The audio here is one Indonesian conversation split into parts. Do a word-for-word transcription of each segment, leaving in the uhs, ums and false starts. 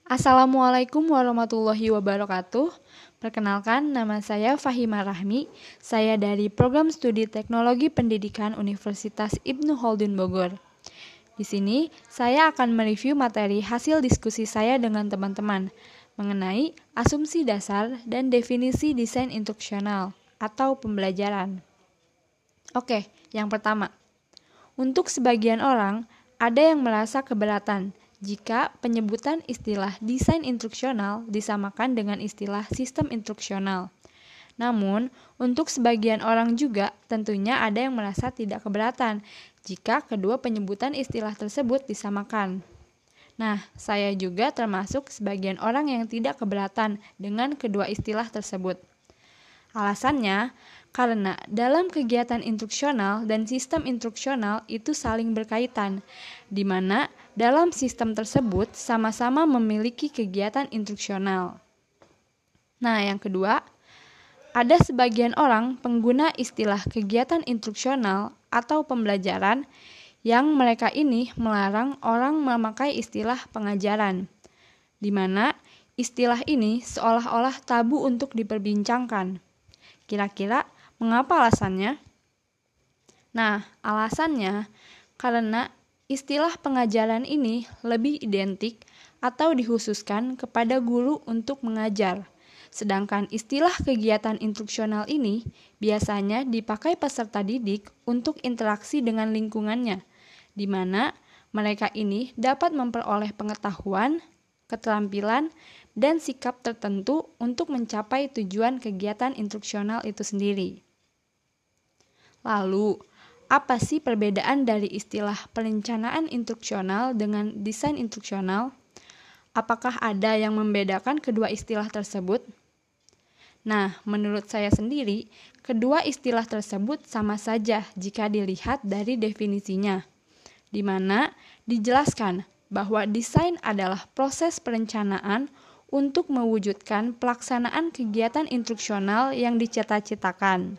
Assalamualaikum warahmatullahi wabarakatuh. Perkenalkan, nama saya Fahima Rahmi. Saya dari Program Studi Teknologi Pendidikan Universitas Ibnu Khaldun Bogor. Di sini, saya akan mereview materi hasil diskusi saya dengan teman-teman mengenai asumsi dasar dan definisi desain instruksional atau pembelajaran. Oke, yang pertama. Untuk sebagian orang, ada yang merasa keberatan jika penyebutan istilah desain instruksional disamakan dengan istilah sistem instruksional. Namun, untuk sebagian orang juga tentunya ada yang merasa tidak keberatan jika kedua penyebutan istilah tersebut disamakan. Nah, saya juga termasuk sebagian orang yang tidak keberatan dengan kedua istilah tersebut. Alasannya, karena dalam kegiatan instruksional dan sistem instruksional itu saling berkaitan, di mana dalam sistem tersebut sama-sama memiliki kegiatan instruksional. Nah, yang kedua, ada sebagian orang pengguna istilah kegiatan instruksional atau pembelajaran yang mereka ini melarang orang memakai istilah pengajaran, di mana istilah ini seolah-olah tabu untuk diperbincangkan. Kira-kira mengapa alasannya? Nah, alasannya karena istilah pengajaran ini lebih identik atau dikhususkan kepada guru untuk mengajar. Sedangkan istilah kegiatan instruksional ini biasanya dipakai peserta didik untuk interaksi dengan lingkungannya, di mana mereka ini dapat memperoleh pengetahuan, keterampilan, dan sikap tertentu untuk mencapai tujuan kegiatan instruksional itu sendiri. Lalu, apa sih perbedaan dari istilah perencanaan instruksional dengan desain instruksional? Apakah ada yang membedakan kedua istilah tersebut? Nah, menurut saya sendiri, kedua istilah tersebut sama saja jika dilihat dari definisinya, di mana dijelaskan bahwa desain adalah proses perencanaan untuk mewujudkan pelaksanaan kegiatan instruksional yang dicita-citakan.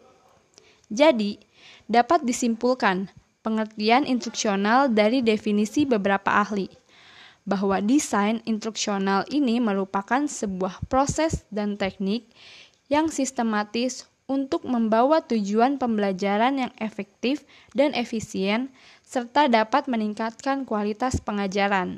Jadi, dapat disimpulkan pengertian instruksional dari definisi beberapa ahli, bahwa desain instruksional ini merupakan sebuah proses dan teknik yang sistematis untuk membawa tujuan pembelajaran yang efektif dan efisien, serta dapat meningkatkan kualitas pengajaran.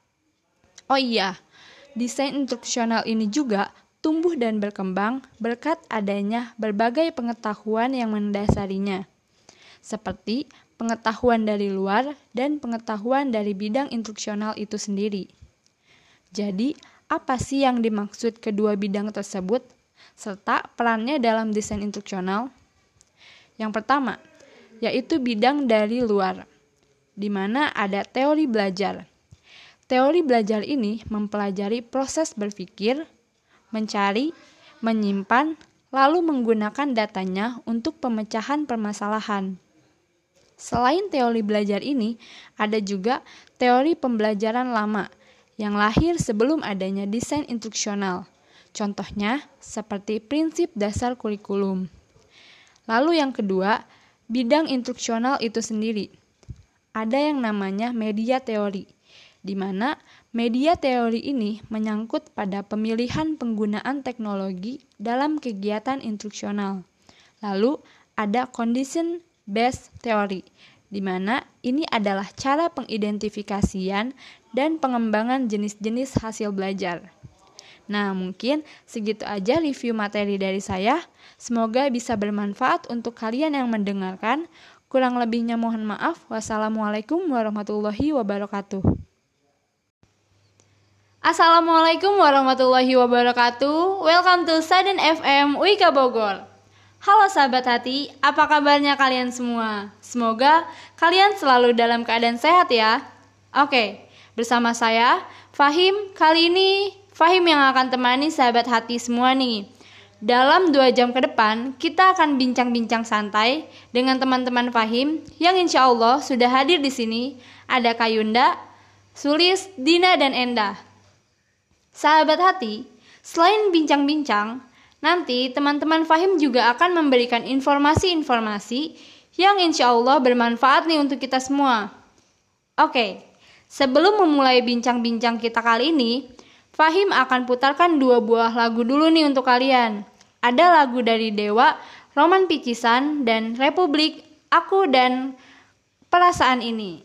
Oh iya, desain instruksional ini juga tumbuh dan berkembang berkat adanya berbagai pengetahuan yang mendasarinya, seperti pengetahuan dari luar dan pengetahuan dari bidang instruksional itu sendiri. Jadi, apa sih yang dimaksud kedua bidang tersebut, serta perannya dalam desain instruksional? Yang pertama, yaitu bidang dari luar, di mana ada teori belajar. Teori belajar ini mempelajari proses berpikir, mencari, menyimpan, lalu menggunakan datanya untuk pemecahan permasalahan. Selain teori belajar ini, ada juga teori pembelajaran lama yang lahir sebelum adanya desain instruksional. Contohnya seperti prinsip dasar kurikulum. Lalu yang kedua, bidang instruksional itu sendiri. Ada yang namanya media teori, di mana media teori ini menyangkut pada pemilihan penggunaan teknologi dalam kegiatan instruksional. Lalu ada condition based theory, di mana ini adalah cara pengidentifikasian dan pengembangan jenis-jenis hasil belajar. Nah, mungkin segitu aja review materi dari saya. Semoga bisa bermanfaat untuk kalian yang mendengarkan. Kurang lebihnya mohon maaf. Wassalamualaikum warahmatullahi wabarakatuh. Assalamualaikum warahmatullahi wabarakatuh. Welcome to Saden F M U I K Bogor. Halo sahabat hati, apa kabarnya kalian semua? Semoga kalian selalu dalam keadaan sehat ya. Oke, bersama saya Fahim. Kali ini Fahim yang akan temani sahabat hati semua nih. Dalam dua jam ke depan, kita akan bincang-bincang santai dengan teman-teman Fahim yang insya Allah sudah hadir di sini. Ada Kayunda, Sulis, Dina, dan Enda. Sahabat hati, selain bincang-bincang, nanti teman-teman Fahim juga akan memberikan informasi-informasi yang insya Allah bermanfaat nih untuk kita semua. Oke, Sebelum memulai bincang-bincang kita kali ini, Fahim akan putarkan dua buah lagu dulu nih untuk kalian. Ada lagu dari Dewa, Roman Picisan, dan Republik, Aku dan Perasaan Ini.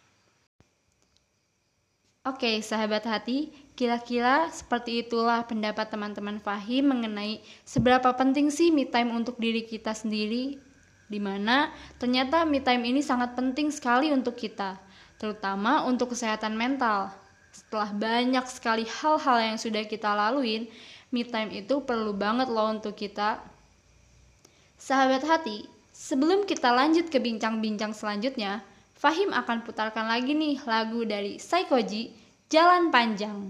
Oke, sahabat hati, kira-kira seperti itulah pendapat teman-teman Fahim mengenai seberapa penting sih me time untuk diri kita sendiri, di mana ternyata me time ini sangat penting sekali untuk kita, terutama untuk kesehatan mental. Setelah banyak sekali hal-hal yang sudah kita laluin, me time itu perlu banget loh untuk kita. Sahabat hati, sebelum kita lanjut ke bincang-bincang selanjutnya, Fahim akan putarkan lagi nih lagu dari Saikoji, Jalan Panjang.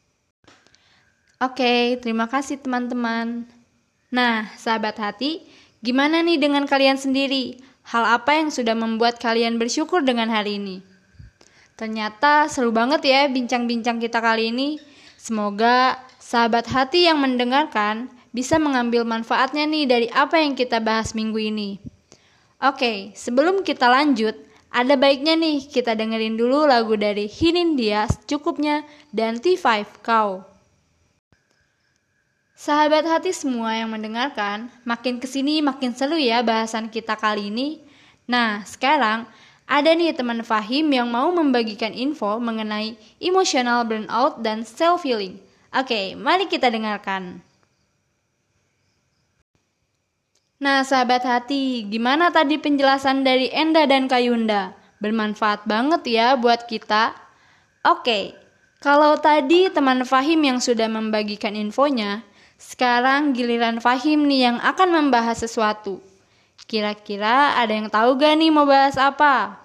Oke, terima kasih teman-teman. Nah, sahabat hati, gimana nih dengan kalian sendiri? Hal apa yang sudah membuat kalian bersyukur dengan hari ini? Ternyata seru banget ya bincang-bincang kita kali ini. Semoga sahabat hati yang mendengarkan bisa mengambil manfaatnya nih dari apa yang kita bahas minggu ini. Oke, sebelum kita lanjut, ada baiknya nih kita dengerin dulu lagu dari Hindia Secukupnya dan T lima Kau. Sahabat hati semua yang mendengarkan, makin kesini makin seru ya bahasan kita kali ini. Nah, sekarang ada nih teman Fahim yang mau membagikan info mengenai emotional burnout dan self-healing. Oke, mari kita dengarkan. Nah, sahabat hati, gimana tadi penjelasan dari Enda dan Kayunda? Bermanfaat banget ya buat kita. Oke, kalau tadi teman Fahim yang sudah membagikan infonya, sekarang giliran Fahim nih yang akan membahas sesuatu. Kira-kira ada yang tahu gak nih mau bahas apa?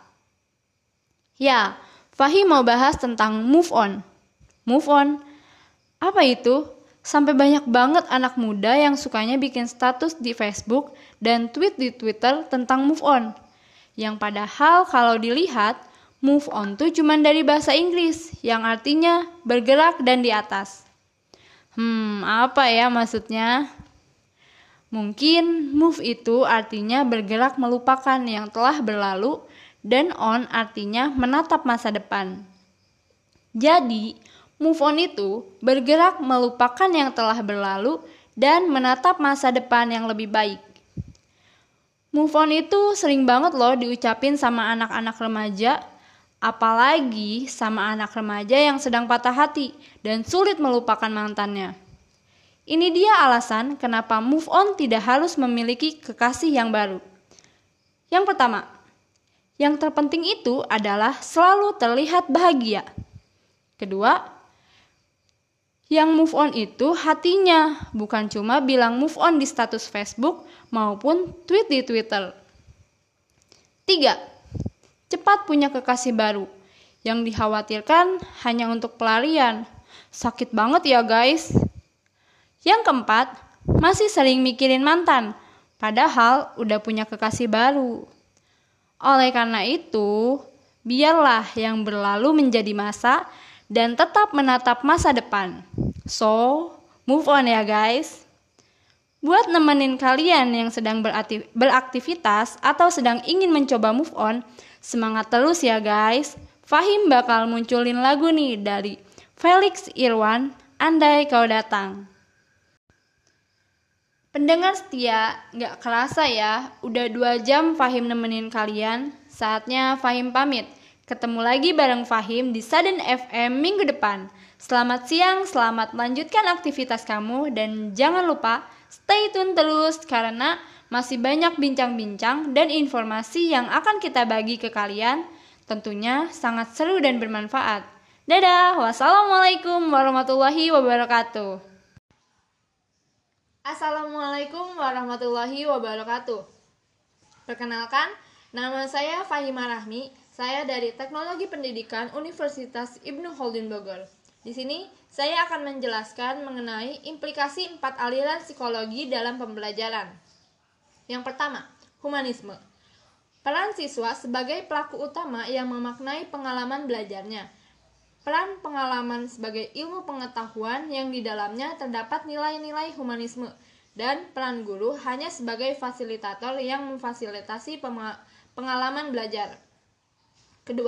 Ya, Fahim mau bahas tentang move on. Move on? Apa itu? Sampai banyak banget anak muda yang sukanya bikin status di Facebook dan tweet di Twitter tentang move on. Yang padahal kalau dilihat, move on tuh cuma dari bahasa Inggris yang artinya bergerak dan di atas. Hmm, apa ya maksudnya? Mungkin move itu artinya bergerak melupakan yang telah berlalu dan on artinya menatap masa depan. Jadi, move on itu bergerak melupakan yang telah berlalu dan menatap masa depan yang lebih baik. Move on itu sering banget loh diucapin sama anak-anak remaja, apalagi sama anak remaja yang sedang patah hati dan sulit melupakan mantannya. Ini dia alasan kenapa move on tidak harus memiliki kekasih yang baru. Yang pertama, yang terpenting itu adalah selalu terlihat bahagia. Kedua, yang move on itu hatinya, bukan cuma bilang move on di status Facebook maupun tweet di Twitter. Tiga, cepat punya kekasih baru. Yang dikhawatirkan hanya untuk pelarian. Sakit banget ya guys. Yang keempat, masih sering mikirin mantan, padahal udah punya kekasih baru. Oleh karena itu, biarlah yang berlalu menjadi masa dan tetap menatap masa depan. So, move on ya guys. Buat nemenin kalian yang sedang beraktivitas atau sedang ingin mencoba move on, semangat terus ya guys. Fahim bakal munculin lagu nih dari Felix Irwan, Andai Kau Datang. Pendengar setia, gak kerasa ya, udah dua jam Fahim nemenin kalian. Saatnya Fahim pamit. Ketemu lagi bareng Fahim di Sudden F M minggu depan. Selamat siang, selamat melanjutkan aktivitas kamu, dan jangan lupa stay tune terus karena masih banyak bincang-bincang dan informasi yang akan kita bagi ke kalian. Tentunya sangat seru dan bermanfaat. Dadah, wassalamualaikum warahmatullahi wabarakatuh. Assalamualaikum warahmatullahi wabarakatuh. Perkenalkan, nama saya Fahima Rahmi. Saya dari Teknologi Pendidikan Universitas Ibnu Khaldun Bogor. Di sini, saya akan menjelaskan mengenai implikasi empat aliran psikologi dalam pembelajaran. Yang pertama, humanisme. Peran siswa sebagai pelaku utama yang memaknai pengalaman belajarnya. Peran pengalaman sebagai ilmu pengetahuan yang di dalamnya terdapat nilai-nilai humanisme, dan peran guru hanya sebagai fasilitator yang memfasilitasi pengalaman belajar. Kedua,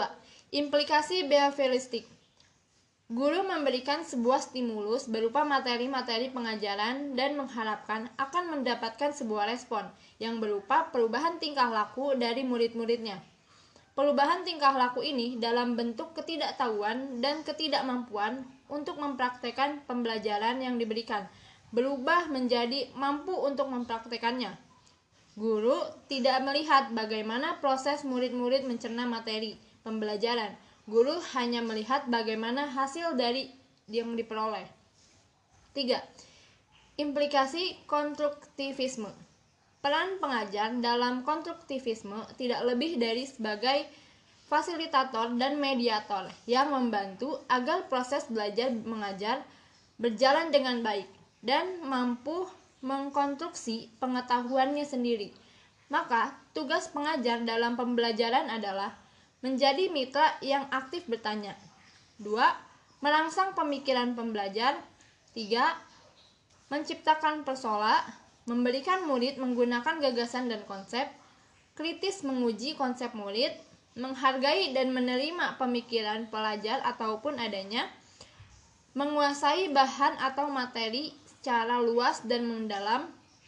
Implikasi behavioristik. Guru memberikan sebuah stimulus berupa materi-materi pengajaran dan mengharapkan akan mendapatkan sebuah respon yang berupa perubahan tingkah laku dari murid-muridnya. Perubahan tingkah laku ini dalam bentuk ketidaktahuan dan ketidakmampuan untuk mempraktekkan pembelajaran yang diberikan, berubah menjadi mampu untuk mempraktekannya. Guru tidak melihat bagaimana proses murid-murid mencerna materi pembelajaran. Guru hanya melihat bagaimana hasil dari yang diperoleh. tiga. Implikasi konstruktivisme. Peran pengajar dalam konstruktivisme tidak lebih dari sebagai fasilitator dan mediator yang membantu agar proses belajar mengajar berjalan dengan baik dan mampu mengkonstruksi pengetahuannya sendiri. Maka, tugas pengajar dalam pembelajaran adalah menjadi mitra yang aktif bertanya. dua. Merangsang pemikiran pembelajar. tiga. Menciptakan persoala, memberikan murid menggunakan gagasan dan konsep, kritis menguji konsep murid, menghargai dan menerima pemikiran pelajar ataupun adanya, menguasai bahan atau materi secara luas dan mendalam,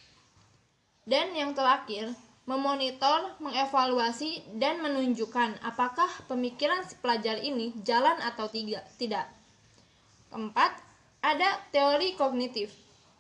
dan yang terakhir, memonitor, mengevaluasi, dan menunjukkan apakah pemikiran si pelajar ini jalan atau tidak. Keempat, ada teori kognitif.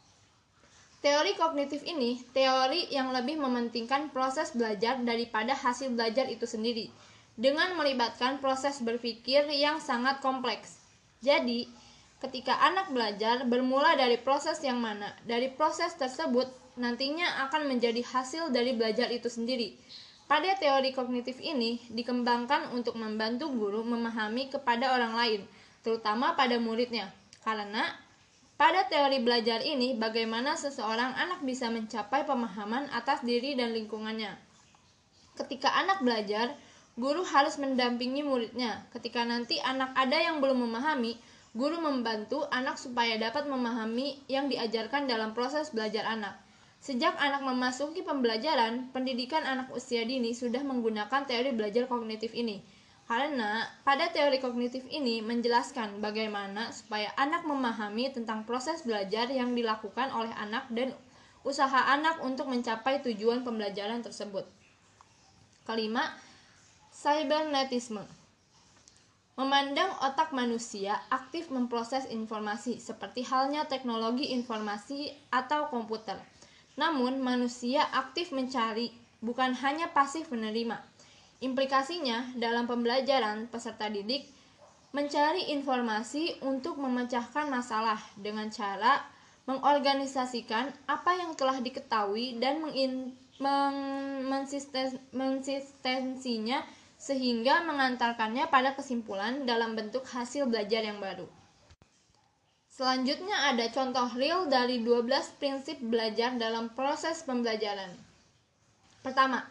Teori kognitif ini teori yang lebih mementingkan proses belajar daripada hasil belajar itu sendiri, dengan melibatkan proses berpikir yang sangat kompleks. Jadi, ketika anak belajar bermula dari proses yang mana, dari proses tersebut nantinya akan menjadi hasil dari belajar itu sendiri. Pada teori kognitif ini dikembangkan untuk membantu guru memahami kepada orang lain, terutama pada muridnya. Karena pada teori belajar ini bagaimana seseorang anak bisa mencapai pemahaman atas diri dan lingkungannya. Ketika anak belajar, guru harus mendampingi muridnya. Ketika nanti anak ada yang belum memahami, guru membantu anak supaya dapat memahami yang diajarkan dalam proses belajar anak. Sejak anak memasuki pembelajaran, pendidikan anak usia dini sudah menggunakan teori belajar kognitif ini. Karena pada teori kognitif ini menjelaskan bagaimana supaya anak memahami tentang proses belajar yang dilakukan oleh anak dan usaha anak untuk mencapai tujuan pembelajaran tersebut. Kelima, cybernetisme. Memandang otak manusia aktif memproses informasi seperti halnya teknologi informasi atau komputer. Namun, manusia aktif mencari, bukan hanya pasif menerima. Implikasinya, dalam pembelajaran, peserta didik mencari informasi untuk memecahkan masalah dengan cara mengorganisasikan apa yang telah diketahui dan mengin, meng, mensisten, mensistensinya sehingga mengantarkannya pada kesimpulan dalam bentuk hasil belajar yang baru. Selanjutnya ada contoh real dari dua belas prinsip belajar dalam proses pembelajaran. Pertama,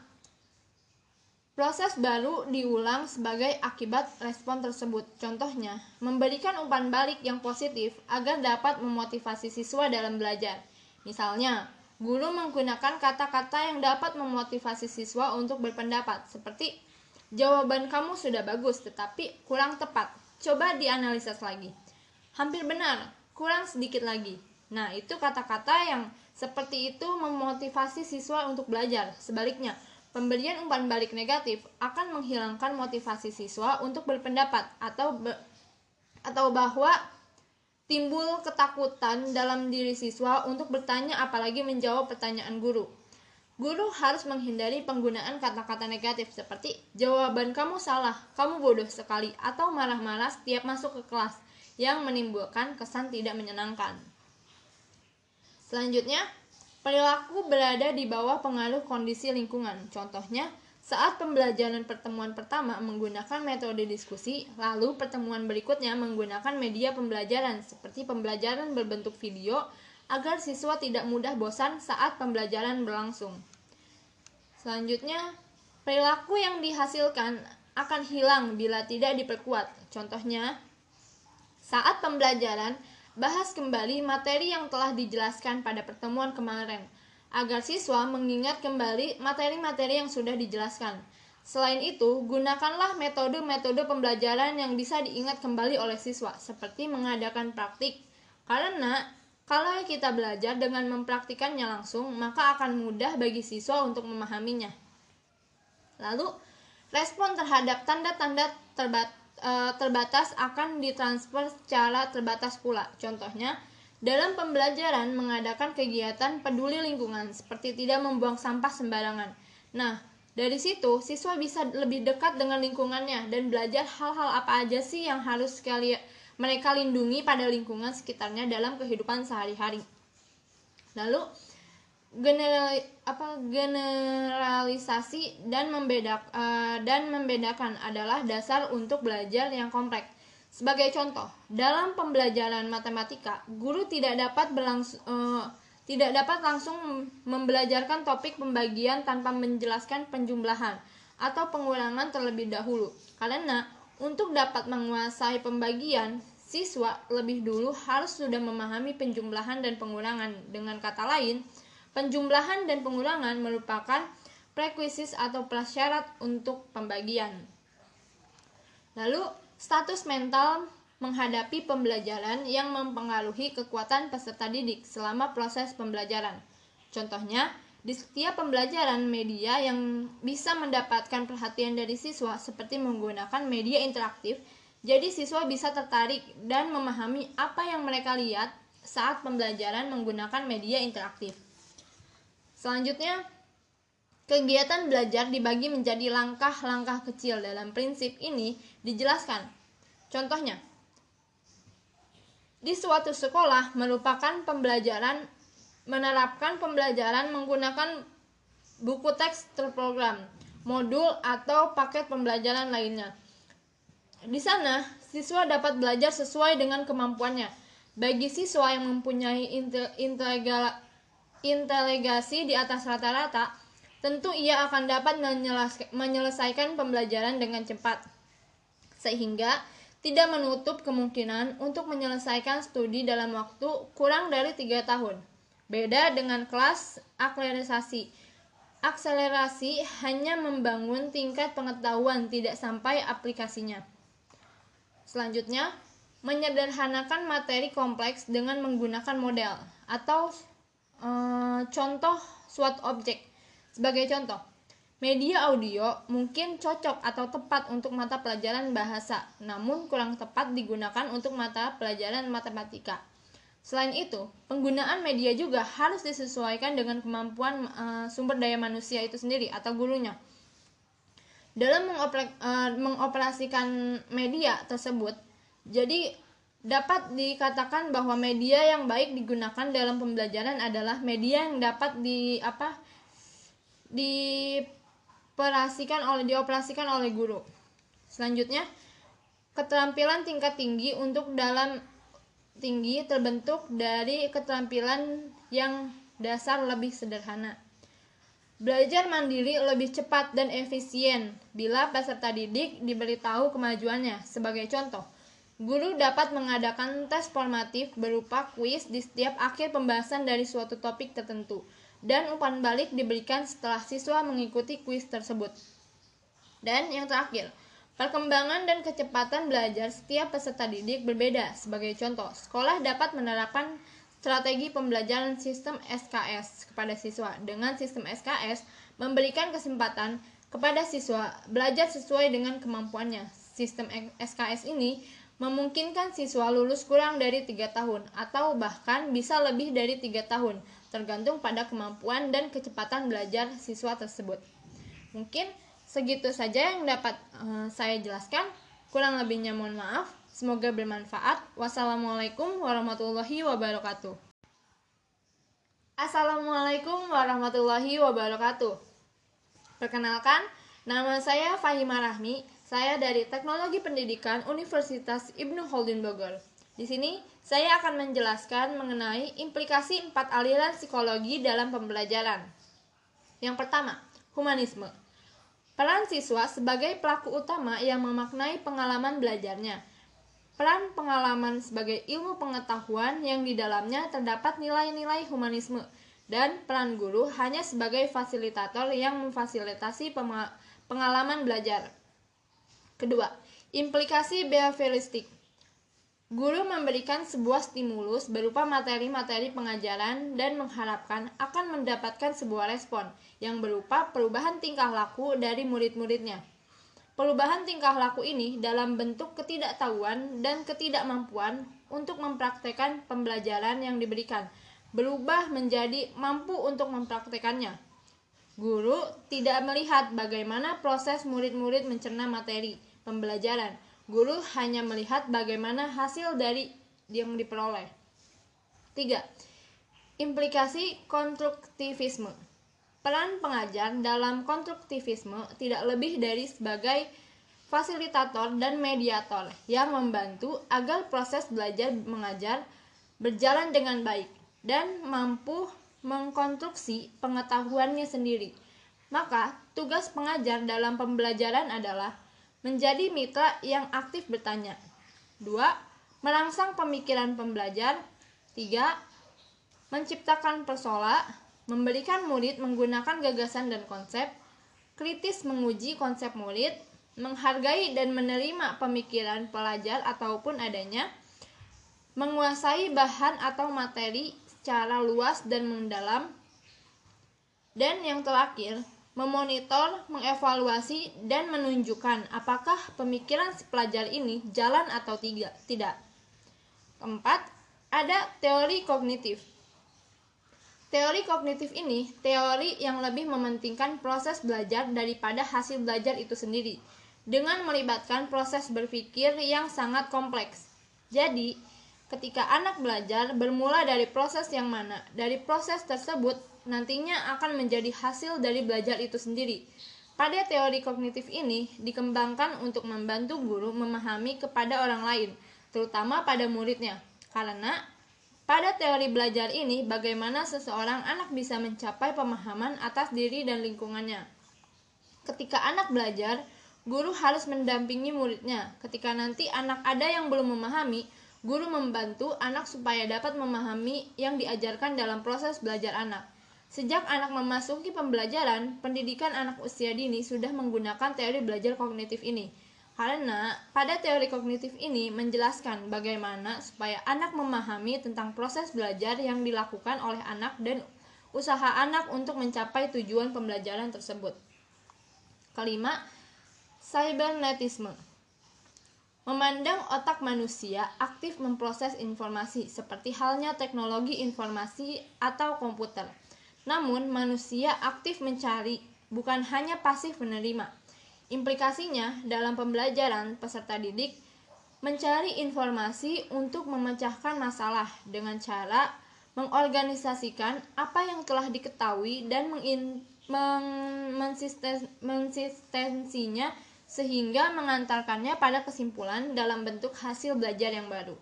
proses baru diulang sebagai akibat respon tersebut. Contohnya, memberikan umpan balik yang positif agar dapat memotivasi siswa dalam belajar. Misalnya, guru menggunakan kata-kata yang dapat memotivasi siswa untuk berpendapat, seperti jawaban kamu sudah bagus tetapi kurang tepat. Coba dianalisis lagi. Hampir benar, kurang sedikit lagi. Nah, itu kata-kata yang seperti itu memotivasi siswa untuk belajar. Sebaliknya, pemberian umpan balik negatif akan menghilangkan motivasi siswa untuk berpendapat atau be, atau bahwa timbul ketakutan dalam diri siswa untuk bertanya apalagi menjawab pertanyaan guru. Guru harus menghindari penggunaan kata-kata negatif seperti jawaban kamu salah, kamu bodoh sekali, atau marah-marah setiap masuk ke kelas yang menimbulkan kesan tidak menyenangkan. Selanjutnya, perilaku berada di bawah pengaruh kondisi lingkungan. Contohnya, saat pembelajaran pertemuan pertama menggunakan metode diskusi, lalu pertemuan berikutnya menggunakan media pembelajaran seperti pembelajaran berbentuk video agar siswa tidak mudah bosan saat pembelajaran berlangsung. Selanjutnya, perilaku yang dihasilkan akan hilang bila tidak diperkuat. Contohnya, saat pembelajaran, bahas kembali materi yang telah dijelaskan pada pertemuan kemarin, agar siswa mengingat kembali materi-materi yang sudah dijelaskan. Selain itu, gunakanlah metode-metode pembelajaran yang bisa diingat kembali oleh siswa, seperti mengadakan praktik. Karena kalau kita belajar dengan mempraktikannya langsung, maka akan mudah bagi siswa untuk memahaminya. Lalu, respon terhadap tanda-tanda terbat, e, terbatas akan ditransfer secara terbatas pula. Contohnya, dalam pembelajaran mengadakan kegiatan peduli lingkungan, seperti tidak membuang sampah sembarangan. Nah, dari situ, siswa bisa lebih dekat dengan lingkungannya dan belajar hal-hal apa aja sih yang harus sekali mereka lindungi pada lingkungan sekitarnya dalam kehidupan sehari-hari. Lalu, general, apa, generalisasi dan, membedak, uh, dan membedakan adalah dasar untuk belajar yang kompleks. Sebagai contoh, dalam pembelajaran matematika, guru tidak dapat berlangsung uh, tidak dapat langsung membelajarkan topik pembagian tanpa menjelaskan penjumlahan atau pengurangan terlebih dahulu. Karena untuk dapat menguasai pembagian, siswa lebih dulu harus sudah memahami penjumlahan dan pengurangan. Dengan kata lain, penjumlahan dan pengurangan merupakan prekuisis atau prasyarat untuk pembagian. Lalu, status mental menghadapi pembelajaran yang mempengaruhi kekuatan peserta didik selama proses pembelajaran. Contohnya, di setiap pembelajaran media yang bisa mendapatkan perhatian dari siswa seperti menggunakan media interaktif, jadi siswa bisa tertarik dan memahami apa yang mereka lihat saat pembelajaran menggunakan media interaktif. Selanjutnya, kegiatan belajar dibagi menjadi langkah-langkah kecil. Dalam prinsip ini dijelaskan. Contohnya, di suatu sekolah merupakan pembelajaran menerapkan pembelajaran menggunakan buku teks terprogram, modul atau paket pembelajaran lainnya. Di sana, siswa dapat belajar sesuai dengan kemampuannya. Bagi siswa yang mempunyai inteligasi di atas rata-rata, tentu ia akan dapat menyelesaikan pembelajaran dengan cepat, sehingga tidak menutup kemungkinan untuk menyelesaikan studi dalam waktu kurang dari tiga tahun. Beda dengan kelas akselerasi. Akselerasi hanya membangun tingkat pengetahuan, tidak sampai aplikasinya. Selanjutnya, menyederhanakan materi kompleks dengan menggunakan model atau e, contoh suatu objek. Sebagai contoh, media audio mungkin cocok atau tepat untuk mata pelajaran bahasa, namun kurang tepat digunakan untuk mata pelajaran matematika. Selain itu, penggunaan media juga harus disesuaikan dengan kemampuan uh, sumber daya manusia itu sendiri atau gurunya. Dalam mengoper, uh, mengoperasikan media tersebut, jadi dapat dikatakan bahwa media yang baik digunakan dalam pembelajaran adalah media yang dapat di apa di Operasikan oleh dioperasikan oleh guru. Selanjutnya, keterampilan tingkat tinggi untuk dalam tinggi terbentuk dari keterampilan yang dasar lebih sederhana. Belajar mandiri lebih cepat dan efisien bila peserta didik diberitahu kemajuannya. Sebagai contoh, guru dapat mengadakan tes formatif berupa kuis di setiap akhir pembahasan dari suatu topik tertentu, dan umpan balik diberikan setelah siswa mengikuti kuis tersebut. Dan yang terakhir, perkembangan dan kecepatan belajar setiap peserta didik berbeda. Sebagai contoh, sekolah dapat menerapkan strategi pembelajaran sistem S K S kepada siswa. Dengan sistem S K S, memberikan kesempatan kepada siswa belajar sesuai dengan kemampuannya. Sistem S K S ini memungkinkan siswa lulus kurang dari tiga tahun atau bahkan bisa lebih dari tiga tahun, tergantung pada kemampuan dan kecepatan belajar siswa tersebut. Mungkin segitu saja yang dapat uh, saya jelaskan. Kurang lebihnya mohon maaf. Semoga bermanfaat. Wassalamualaikum warahmatullahi wabarakatuh. Assalamualaikum warahmatullahi wabarakatuh. Perkenalkan, nama saya Fahimah Rahmi. Saya dari Teknologi Pendidikan Universitas Ibnu Khaldun Bogor. Di sini, saya akan menjelaskan mengenai implikasi empat aliran psikologi dalam pembelajaran. Yang pertama, humanisme. Peran siswa sebagai pelaku utama yang memaknai pengalaman belajarnya. Peran pengalaman sebagai ilmu pengetahuan yang di dalamnya terdapat nilai-nilai humanisme. Dan peran guru hanya sebagai fasilitator yang memfasilitasi pengalaman belajar. Kedua, implikasi behavioristik. Guru memberikan sebuah stimulus berupa materi-materi pengajaran dan mengharapkan akan mendapatkan sebuah respon yang berupa perubahan tingkah laku dari murid-muridnya. Perubahan tingkah laku ini dalam bentuk ketidaktahuan dan ketidakmampuan untuk mempraktekkan pembelajaran yang diberikan, berubah menjadi mampu untuk mempraktekannya. Guru tidak melihat bagaimana proses murid-murid mencerna materi pembelajaran. Guru hanya melihat bagaimana hasil dari yang diperoleh. Tiga. Implikasi konstruktivisme. Peran pengajar dalam konstruktivisme tidak lebih dari sebagai fasilitator dan mediator yang membantu agar proses belajar mengajar berjalan dengan baik dan mampu mengkonstruksi pengetahuannya sendiri. Maka, tugas pengajar dalam pembelajaran adalah menjadi mitra yang aktif bertanya. Dua. Merangsang pemikiran pembelajar. Tiga. Menciptakan persoala, memberikan murid menggunakan gagasan dan konsep, kritis menguji konsep murid, menghargai dan menerima pemikiran pelajar ataupun adanya, menguasai bahan atau materi secara luas dan mendalam, dan yang terakhir, memonitor, mengevaluasi, dan menunjukkan apakah pemikiran si pelajar ini jalan atau tidak. Keempat, ada teori kognitif. Teori kognitif ini teori yang lebih mementingkan proses belajar daripada hasil belajar itu sendiri, dengan melibatkan proses berpikir yang sangat kompleks. Jadi, ketika anak belajar bermula dari proses yang mana, dari proses tersebut nantinya akan menjadi hasil dari belajar itu sendiri. Pada teori kognitif ini dikembangkan untuk membantu guru memahami kepada orang lain, terutama pada muridnya. Karena pada teori belajar ini bagaimana seseorang anak bisa mencapai pemahaman atas diri dan lingkungannya. Ketika anak belajar, guru harus mendampingi muridnya. Ketika nanti anak ada yang belum memahami, guru membantu anak supaya dapat memahami yang diajarkan dalam proses belajar anak. Sejak anak memasuki pembelajaran, pendidikan anak usia dini sudah menggunakan teori belajar kognitif ini. Karena pada teori kognitif ini menjelaskan bagaimana supaya anak memahami tentang proses belajar yang dilakukan oleh anak dan usaha anak untuk mencapai tujuan pembelajaran tersebut. Kelima, cybernetisme. Memandang otak manusia aktif memproses informasi seperti halnya teknologi informasi atau komputer. Namun, manusia aktif mencari, bukan hanya pasif menerima. Implikasinya, dalam pembelajaran, peserta didik mencari informasi untuk memecahkan masalah dengan cara mengorganisasikan apa yang telah diketahui dan mengin, meng, mensisten, mensistensinya sehingga mengantarkannya pada kesimpulan dalam bentuk hasil belajar yang baru.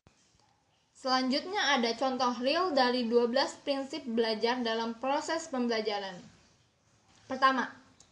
Selanjutnya ada contoh real dari dua belas prinsip belajar dalam proses pembelajaran. Pertama,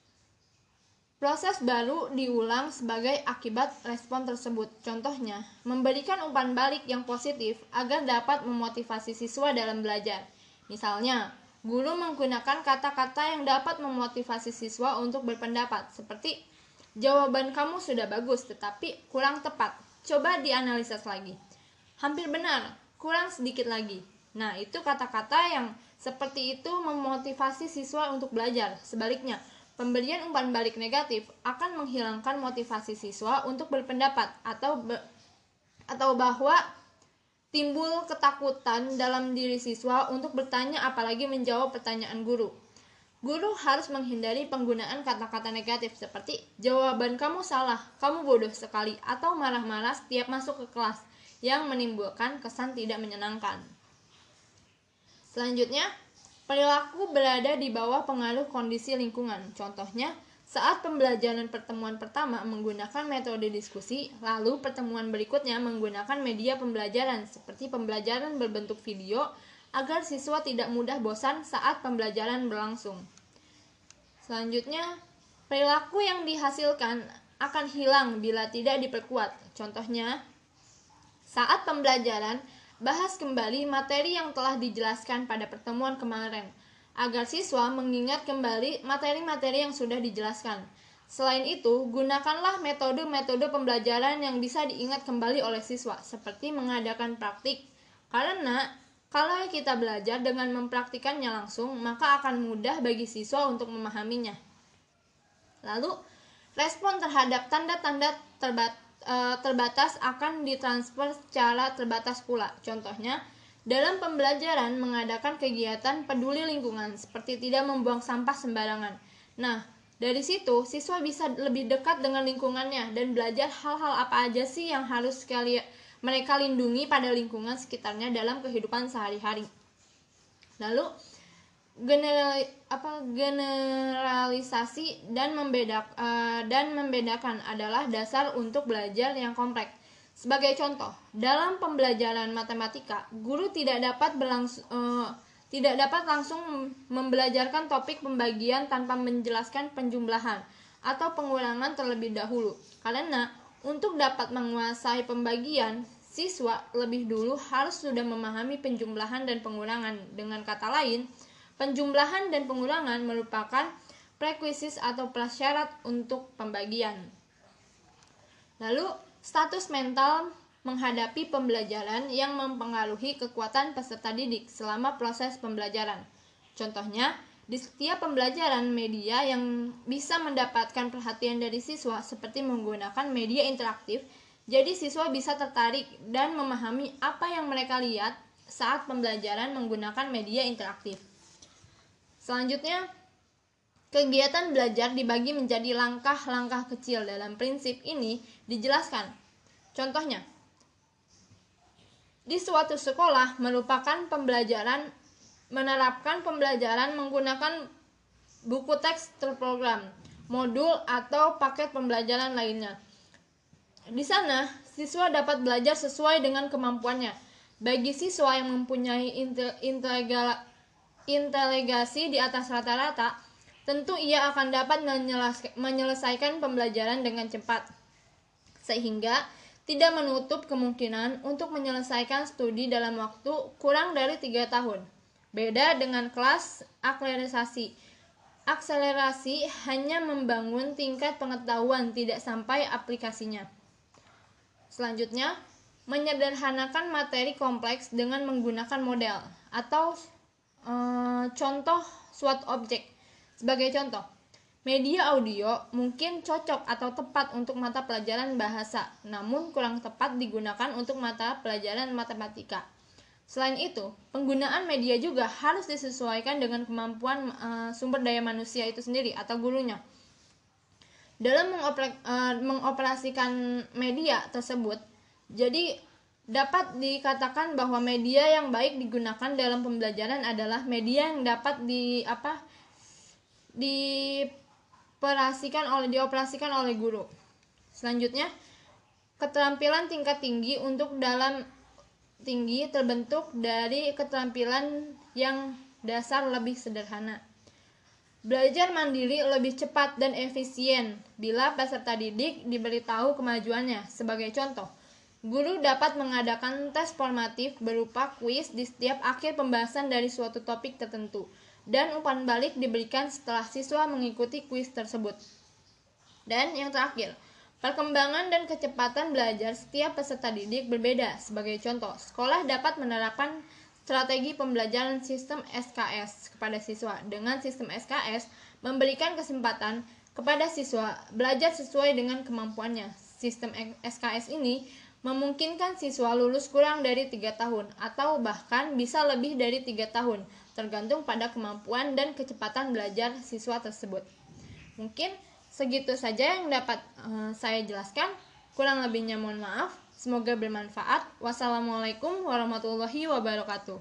proses baru diulang sebagai akibat respon tersebut. Contohnya, memberikan umpan balik yang positif agar dapat memotivasi siswa dalam belajar. Misalnya, guru menggunakan kata-kata yang dapat memotivasi siswa untuk berpendapat, seperti jawaban kamu sudah bagus tetapi kurang tepat. Coba dianalisis lagi. Hampir benar, kurang sedikit lagi. Nah, itu kata-kata yang seperti itu memotivasi siswa untuk belajar. Sebaliknya, pemberian umpan balik negatif akan menghilangkan motivasi siswa untuk berpendapat atau be, atau bahwa timbul ketakutan dalam diri siswa untuk bertanya apalagi menjawab pertanyaan guru. Guru harus menghindari penggunaan kata-kata negatif seperti jawaban kamu salah, kamu bodoh sekali, atau marah-marah setiap masuk ke kelas yang menimbulkan kesan tidak menyenangkan. Selanjutnya, perilaku berada di bawah pengaruh kondisi lingkungan. Contohnya, saat pembelajaran pertemuan pertama menggunakan metode diskusi, lalu pertemuan berikutnya menggunakan media pembelajaran seperti pembelajaran berbentuk video agar siswa tidak mudah bosan saat pembelajaran berlangsung. Selanjutnya, perilaku yang dihasilkan akan hilang bila tidak diperkuat. Contohnya, saat pembelajaran, bahas kembali materi yang telah dijelaskan pada pertemuan kemarin, agar siswa mengingat kembali materi-materi yang sudah dijelaskan. Selain itu, gunakanlah metode-metode pembelajaran yang bisa diingat kembali oleh siswa, seperti mengadakan praktik. Karena kalau kita belajar dengan mempraktikannya langsung, maka akan mudah bagi siswa untuk memahaminya. Lalu, respon terhadap tanda-tanda terbat, e, terbatas akan ditransfer secara terbatas pula. Contohnya, dalam pembelajaran mengadakan kegiatan peduli lingkungan, seperti tidak membuang sampah sembarangan. Nah, dari situ, siswa bisa lebih dekat dengan lingkungannya dan belajar hal-hal apa aja sih yang harus sekali mereka lindungi pada lingkungan sekitarnya dalam kehidupan sehari-hari. Lalu, general, apa, generalisasi dan, membedak, uh, dan membedakan adalah dasar untuk belajar yang kompleks. Sebagai contoh, dalam pembelajaran matematika, guru tidak dapat berlangsung uh, tidak dapat langsung membelajarkan topik pembagian tanpa menjelaskan penjumlahan atau pengurangan terlebih dahulu. Karena untuk dapat menguasai pembagian, siswa lebih dulu harus sudah memahami penjumlahan dan pengurangan. Dengan kata lain, penjumlahan dan pengurangan merupakan prekuisis atau prasyarat untuk pembagian. Lalu, status mental menghadapi pembelajaran yang mempengaruhi kekuatan peserta didik selama proses pembelajaran. Contohnya, di setiap pembelajaran media yang bisa mendapatkan perhatian dari siswa seperti menggunakan media interaktif, jadi siswa bisa tertarik dan memahami apa yang mereka lihat saat pembelajaran menggunakan media interaktif. Selanjutnya, kegiatan belajar dibagi menjadi langkah-langkah kecil. Dalam prinsip ini dijelaskan. Contohnya, di suatu sekolah merupakan pembelajaran menerapkan pembelajaran menggunakan buku teks terprogram, modul atau paket pembelajaran lainnya. Di sana, siswa dapat belajar sesuai dengan kemampuannya. Bagi siswa yang mempunyai inteligasi di atas rata-rata, tentu ia akan dapat menyelesaikan pembelajaran dengan cepat, sehingga tidak menutup kemungkinan untuk menyelesaikan studi dalam waktu kurang dari tiga tahun. Beda dengan kelas akselerasi. Akselerasi hanya membangun tingkat pengetahuan, tidak sampai aplikasinya. Selanjutnya, menyederhanakan materi kompleks dengan menggunakan model atau e, contoh suatu objek. Sebagai contoh, media audio mungkin cocok atau tepat untuk mata pelajaran bahasa, namun kurang tepat digunakan untuk mata pelajaran matematika. Selain itu, penggunaan media juga harus disesuaikan dengan kemampuan uh, sumber daya manusia itu sendiri atau gurunya. Dalam mengoper, uh, mengoperasikan media tersebut, jadi dapat dikatakan bahwa media yang baik digunakan dalam pembelajaran adalah media yang dapat di apa di Operasikan oleh dioperasikan oleh guru. Selanjutnya, keterampilan tingkat tinggi untuk dalam tinggi terbentuk dari keterampilan yang dasar lebih sederhana. Belajar mandiri lebih cepat dan efisien bila peserta didik diberitahu kemajuannya. Sebagai contoh, guru dapat mengadakan tes formatif berupa kuis di setiap akhir pembahasan dari suatu topik tertentu, dan umpan balik diberikan setelah siswa mengikuti kuis tersebut. Dan yang terakhir, perkembangan dan kecepatan belajar setiap peserta didik berbeda. Sebagai contoh, sekolah dapat menerapkan strategi pembelajaran sistem S K S kepada siswa. Dengan sistem S K S, memberikan kesempatan kepada siswa belajar sesuai dengan kemampuannya. Sistem S K S ini memungkinkan siswa lulus kurang dari tiga tahun atau bahkan bisa lebih dari tiga tahun, tergantung pada kemampuan dan kecepatan belajar siswa tersebut. Mungkin segitu saja yang dapat uh, saya jelaskan. Kurang lebihnya mohon maaf. Semoga bermanfaat. Wassalamualaikum warahmatullahi wabarakatuh.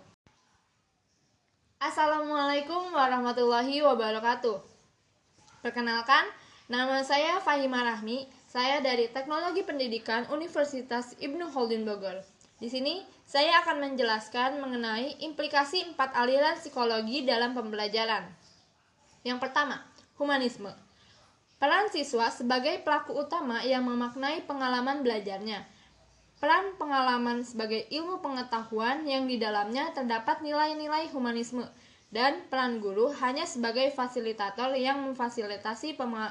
Assalamualaikum warahmatullahi wabarakatuh. Perkenalkan, nama saya Fahimah Rahmi. Saya dari Teknologi Pendidikan Universitas Ibnu Khaldun Bogor. Di sini, saya akan menjelaskan mengenai implikasi empat aliran psikologi dalam pembelajaran. Yang pertama, humanisme. Peran siswa sebagai pelaku utama yang memaknai pengalaman belajarnya. Peran pengalaman sebagai ilmu pengetahuan yang di dalamnya terdapat nilai-nilai humanisme. Dan peran guru hanya sebagai fasilitator yang memfasilitasi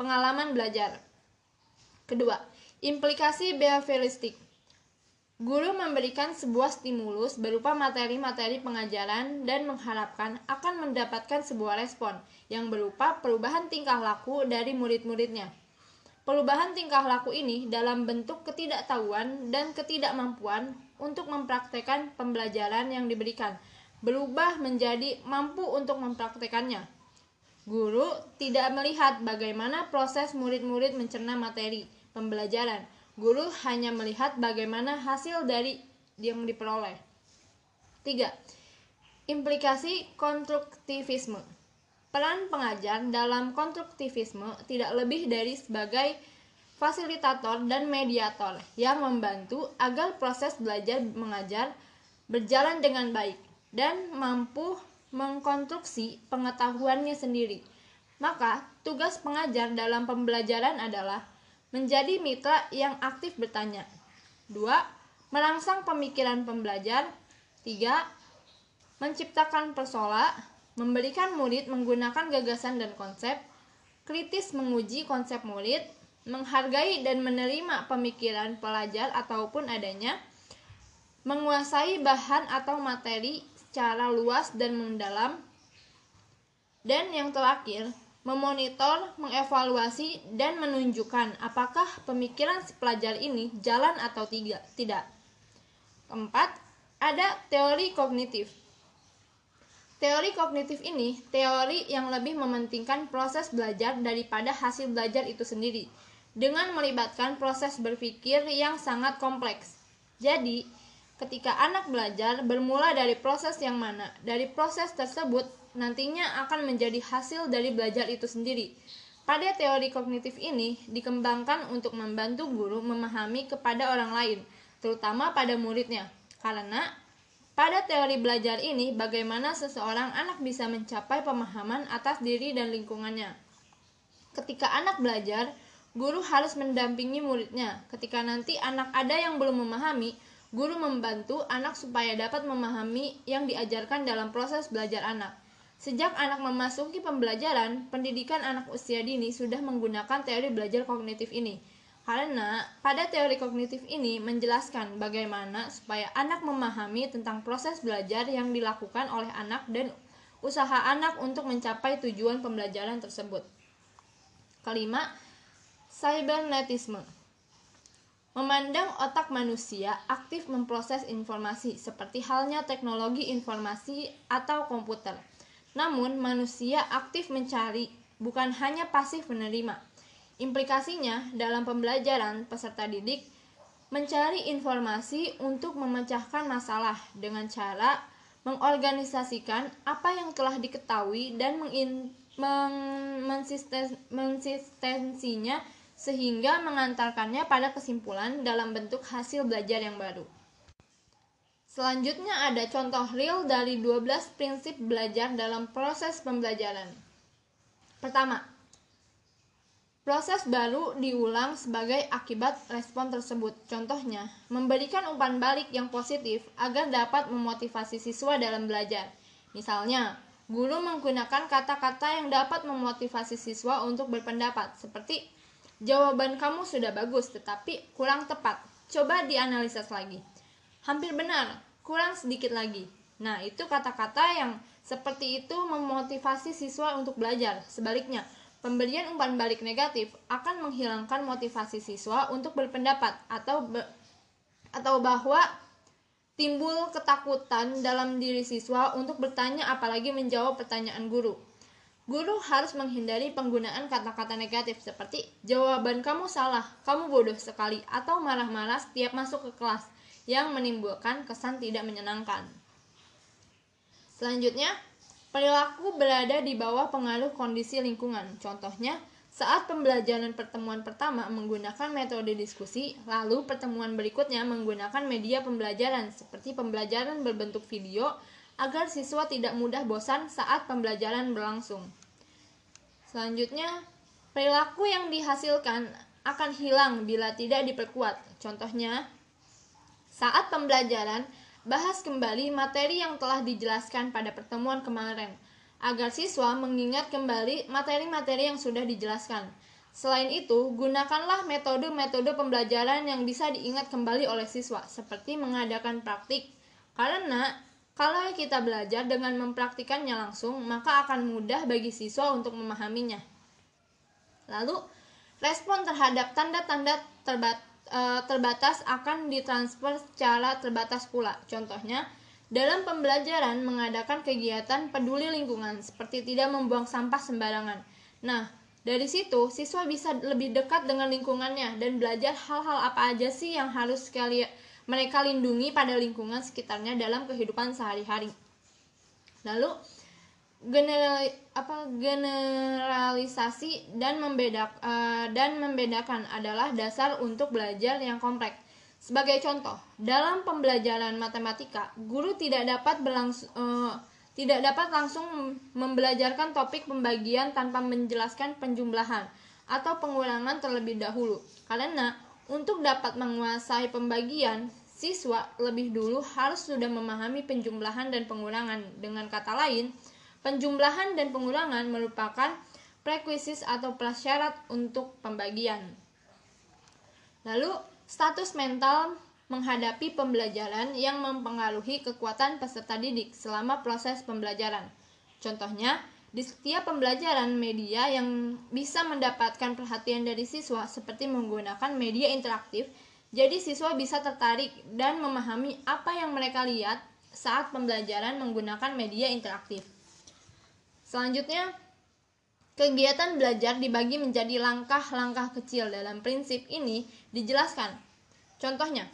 pengalaman belajar. Kedua, implikasi behavioristik. Guru memberikan sebuah stimulus berupa materi-materi pengajaran dan mengharapkan akan mendapatkan sebuah respon yang berupa perubahan tingkah laku dari murid-muridnya. Perubahan tingkah laku ini dalam bentuk ketidaktahuan dan ketidakmampuan untuk mempraktekkan pembelajaran yang diberikan, berubah menjadi mampu untuk mempraktekannya. Guru tidak melihat bagaimana proses murid-murid mencerna materi pembelajaran. Guru hanya melihat bagaimana hasil dari yang diperoleh. Tiga. Implikasi konstruktivisme. Peran pengajar dalam konstruktivisme tidak lebih dari sebagai fasilitator dan mediator yang membantu agar proses belajar mengajar berjalan dengan baik dan mampu mengkonstruksi pengetahuannya sendiri. Maka, tugas pengajar dalam pembelajaran adalah menjadi mitra yang aktif bertanya. Dua. Merangsang pemikiran pembelajar. Tiga. Menciptakan persoala, memberikan murid menggunakan gagasan dan konsep, kritis menguji konsep murid, menghargai dan menerima pemikiran pelajar ataupun adanya, menguasai bahan atau materi secara luas dan mendalam, dan yang terakhir, memonitor, mengevaluasi, dan menunjukkan apakah pemikiran si pelajar ini jalan atau tidak. Keempat, ada teori kognitif. Teori kognitif ini teori yang lebih mementingkan proses belajar daripada hasil belajar itu sendiri, dengan melibatkan proses berpikir yang sangat kompleks. Jadi, ketika anak belajar bermula dari proses yang mana, dari proses tersebut nantinya akan menjadi hasil dari belajar itu sendiri. Pada teori kognitif ini dikembangkan untuk membantu guru memahami kepada orang lain, terutama pada muridnya. Karena pada teori belajar ini bagaimana seseorang anak bisa mencapai pemahaman atas diri dan lingkungannya. Ketika anak belajar, guru harus mendampingi muridnya. Ketika nanti anak ada yang belum memahami, guru membantu anak supaya dapat memahami yang diajarkan dalam proses belajar anak. Sejak anak memasuki pembelajaran, pendidikan anak usia dini sudah menggunakan teori belajar kognitif ini. Karena pada teori kognitif ini menjelaskan bagaimana supaya anak memahami tentang proses belajar yang dilakukan oleh anak dan usaha anak untuk mencapai tujuan pembelajaran tersebut. Kelima, cybernetisme. Memandang otak manusia aktif memproses informasi seperti halnya teknologi informasi atau komputer. Namun, manusia aktif mencari, bukan hanya pasif menerima. Implikasinya, dalam pembelajaran, peserta didik mencari informasi untuk memecahkan masalah dengan cara mengorganisasikan apa yang telah diketahui dan mengin, meng, mensisten, mensistensinya sehingga mengantarkannya pada kesimpulan dalam bentuk hasil belajar yang baru. Selanjutnya ada contoh real dari dua belas prinsip belajar dalam proses pembelajaran. Pertama, proses baru diulang sebagai akibat respon tersebut. Contohnya, memberikan umpan balik yang positif agar dapat memotivasi siswa dalam belajar. Misalnya, guru menggunakan kata-kata yang dapat memotivasi siswa untuk berpendapat, seperti jawaban kamu sudah bagus tetapi kurang tepat. Coba dianalisis lagi. Hampir benar, kurang sedikit lagi. Nah, itu kata-kata yang seperti itu memotivasi siswa untuk belajar. Sebaliknya, pemberian umpan balik negatif akan menghilangkan motivasi siswa untuk berpendapat atau be, atau bahwa timbul ketakutan dalam diri siswa untuk bertanya apalagi menjawab pertanyaan guru. Guru harus menghindari penggunaan kata-kata negatif seperti jawaban kamu salah, kamu bodoh sekali, atau marah-marah setiap masuk ke kelas yang menimbulkan kesan tidak menyenangkan. Selanjutnya, perilaku berada di bawah pengaruh kondisi lingkungan. Contohnya, saat pembelajaran pertemuan pertama menggunakan metode diskusi, lalu pertemuan berikutnya menggunakan media pembelajaran seperti pembelajaran berbentuk video agar siswa tidak mudah bosan saat pembelajaran berlangsung. Selanjutnya, perilaku yang dihasilkan akan hilang bila tidak diperkuat. Contohnya, saat pembelajaran, bahas kembali materi yang telah dijelaskan pada pertemuan kemarin, agar siswa mengingat kembali materi-materi yang sudah dijelaskan. Selain itu, gunakanlah metode-metode pembelajaran yang bisa diingat kembali oleh siswa, seperti mengadakan praktik. Karena kalau kita belajar dengan mempraktikannya langsung, maka akan mudah bagi siswa untuk memahaminya. Lalu, respon terhadap tanda-tanda terbat, e, terbatas akan ditransfer secara terbatas pula. Contohnya, dalam pembelajaran mengadakan kegiatan peduli lingkungan, seperti tidak membuang sampah sembarangan. Nah, dari situ, siswa bisa lebih dekat dengan lingkungannya dan belajar hal-hal apa aja sih yang harus sekali mereka lindungi pada lingkungan sekitarnya dalam kehidupan sehari-hari. Lalu, general, apa, generalisasi dan, membedak, uh, dan membedakan adalah dasar untuk belajar yang kompleks. Sebagai contoh, dalam pembelajaran matematika, guru tidak dapat berlangsung uh, tidak dapat langsung membelajarkan topik pembagian tanpa menjelaskan penjumlahan atau pengurangan terlebih dahulu. Karena untuk dapat menguasai pembagian, siswa lebih dulu harus sudah memahami penjumlahan dan pengurangan. Dengan kata lain, penjumlahan dan pengurangan merupakan prekuisis atau prasyarat untuk pembagian. Lalu, status mental menghadapi pembelajaran yang mempengaruhi kekuatan peserta didik selama proses pembelajaran. Contohnya, di setiap pembelajaran media yang bisa mendapatkan perhatian dari siswa seperti menggunakan media interaktif, jadi siswa bisa tertarik dan memahami apa yang mereka lihat saat pembelajaran menggunakan media interaktif. Selanjutnya, kegiatan belajar dibagi menjadi langkah-langkah kecil. Dalam prinsip ini dijelaskan. Contohnya,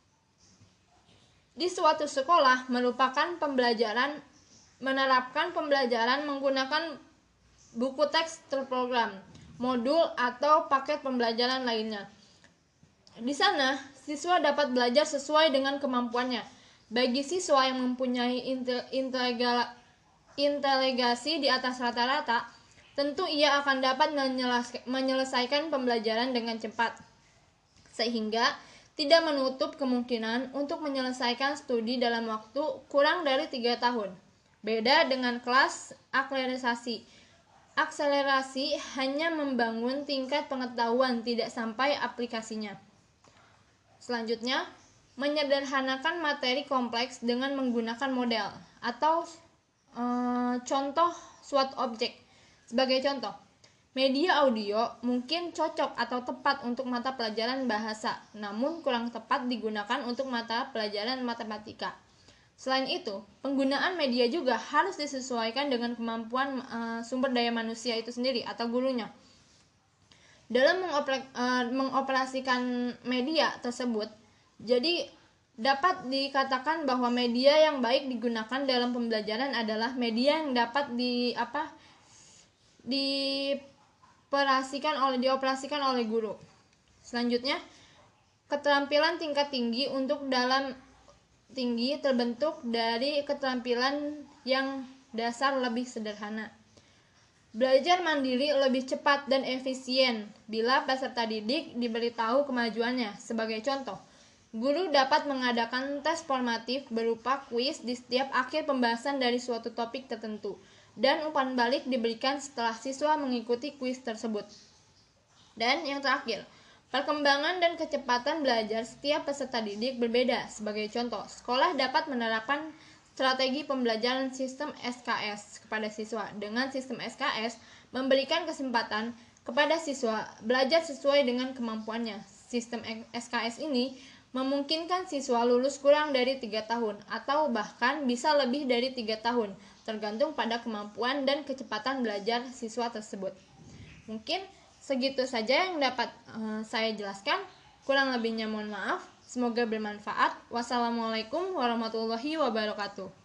di suatu sekolah merupakan pembelajaran menerapkan pembelajaran menggunakan buku teks terprogram, modul atau paket pembelajaran lainnya. Di sana, siswa dapat belajar sesuai dengan kemampuannya. Bagi siswa yang mempunyai inteligasi di atas rata-rata, tentu ia akan dapat menyelesaikan pembelajaran dengan cepat, sehingga tidak menutup kemungkinan untuk menyelesaikan studi dalam waktu kurang dari tiga tahun. Beda dengan kelas akselerasi. Akselerasi hanya membangun tingkat pengetahuan, tidak sampai aplikasinya. Selanjutnya, menyederhanakan materi kompleks dengan menggunakan model atau e, contoh SWOT objek. Sebagai contoh, media audio mungkin cocok atau tepat untuk mata pelajaran bahasa, namun kurang tepat digunakan untuk mata pelajaran matematika. Selain itu, penggunaan media juga harus disesuaikan dengan kemampuan uh, sumber daya manusia itu sendiri atau gurunya. Dalam mengoper, uh, mengoperasikan media tersebut, jadi dapat dikatakan bahwa media yang baik digunakan dalam pembelajaran adalah media yang dapat di apa di Operasikan oleh dioperasikan oleh guru. Selanjutnya, keterampilan tingkat tinggi untuk dalam tinggi terbentuk dari keterampilan yang dasar lebih sederhana. Belajar mandiri lebih cepat dan efisien bila peserta didik diberitahu kemajuannya. Sebagai contoh, guru dapat mengadakan tes formatif berupa kuis di setiap akhir pembahasan dari suatu topik tertentu, dan umpan balik diberikan setelah siswa mengikuti kuis tersebut. Dan yang terakhir, perkembangan dan kecepatan belajar setiap peserta didik berbeda. Sebagai contoh, sekolah dapat menerapkan strategi pembelajaran sistem S K S kepada siswa. Dengan sistem S K S, memberikan kesempatan kepada siswa belajar sesuai dengan kemampuannya. Sistem S K S ini memungkinkan siswa lulus kurang dari tiga tahun atau bahkan bisa lebih dari tiga tahun, tergantung pada kemampuan dan kecepatan belajar siswa tersebut. Mungkin segitu saja yang dapat uh, saya jelaskan. Kurang lebihnya mohon maaf. Semoga bermanfaat. Wassalamualaikum warahmatullahi wabarakatuh.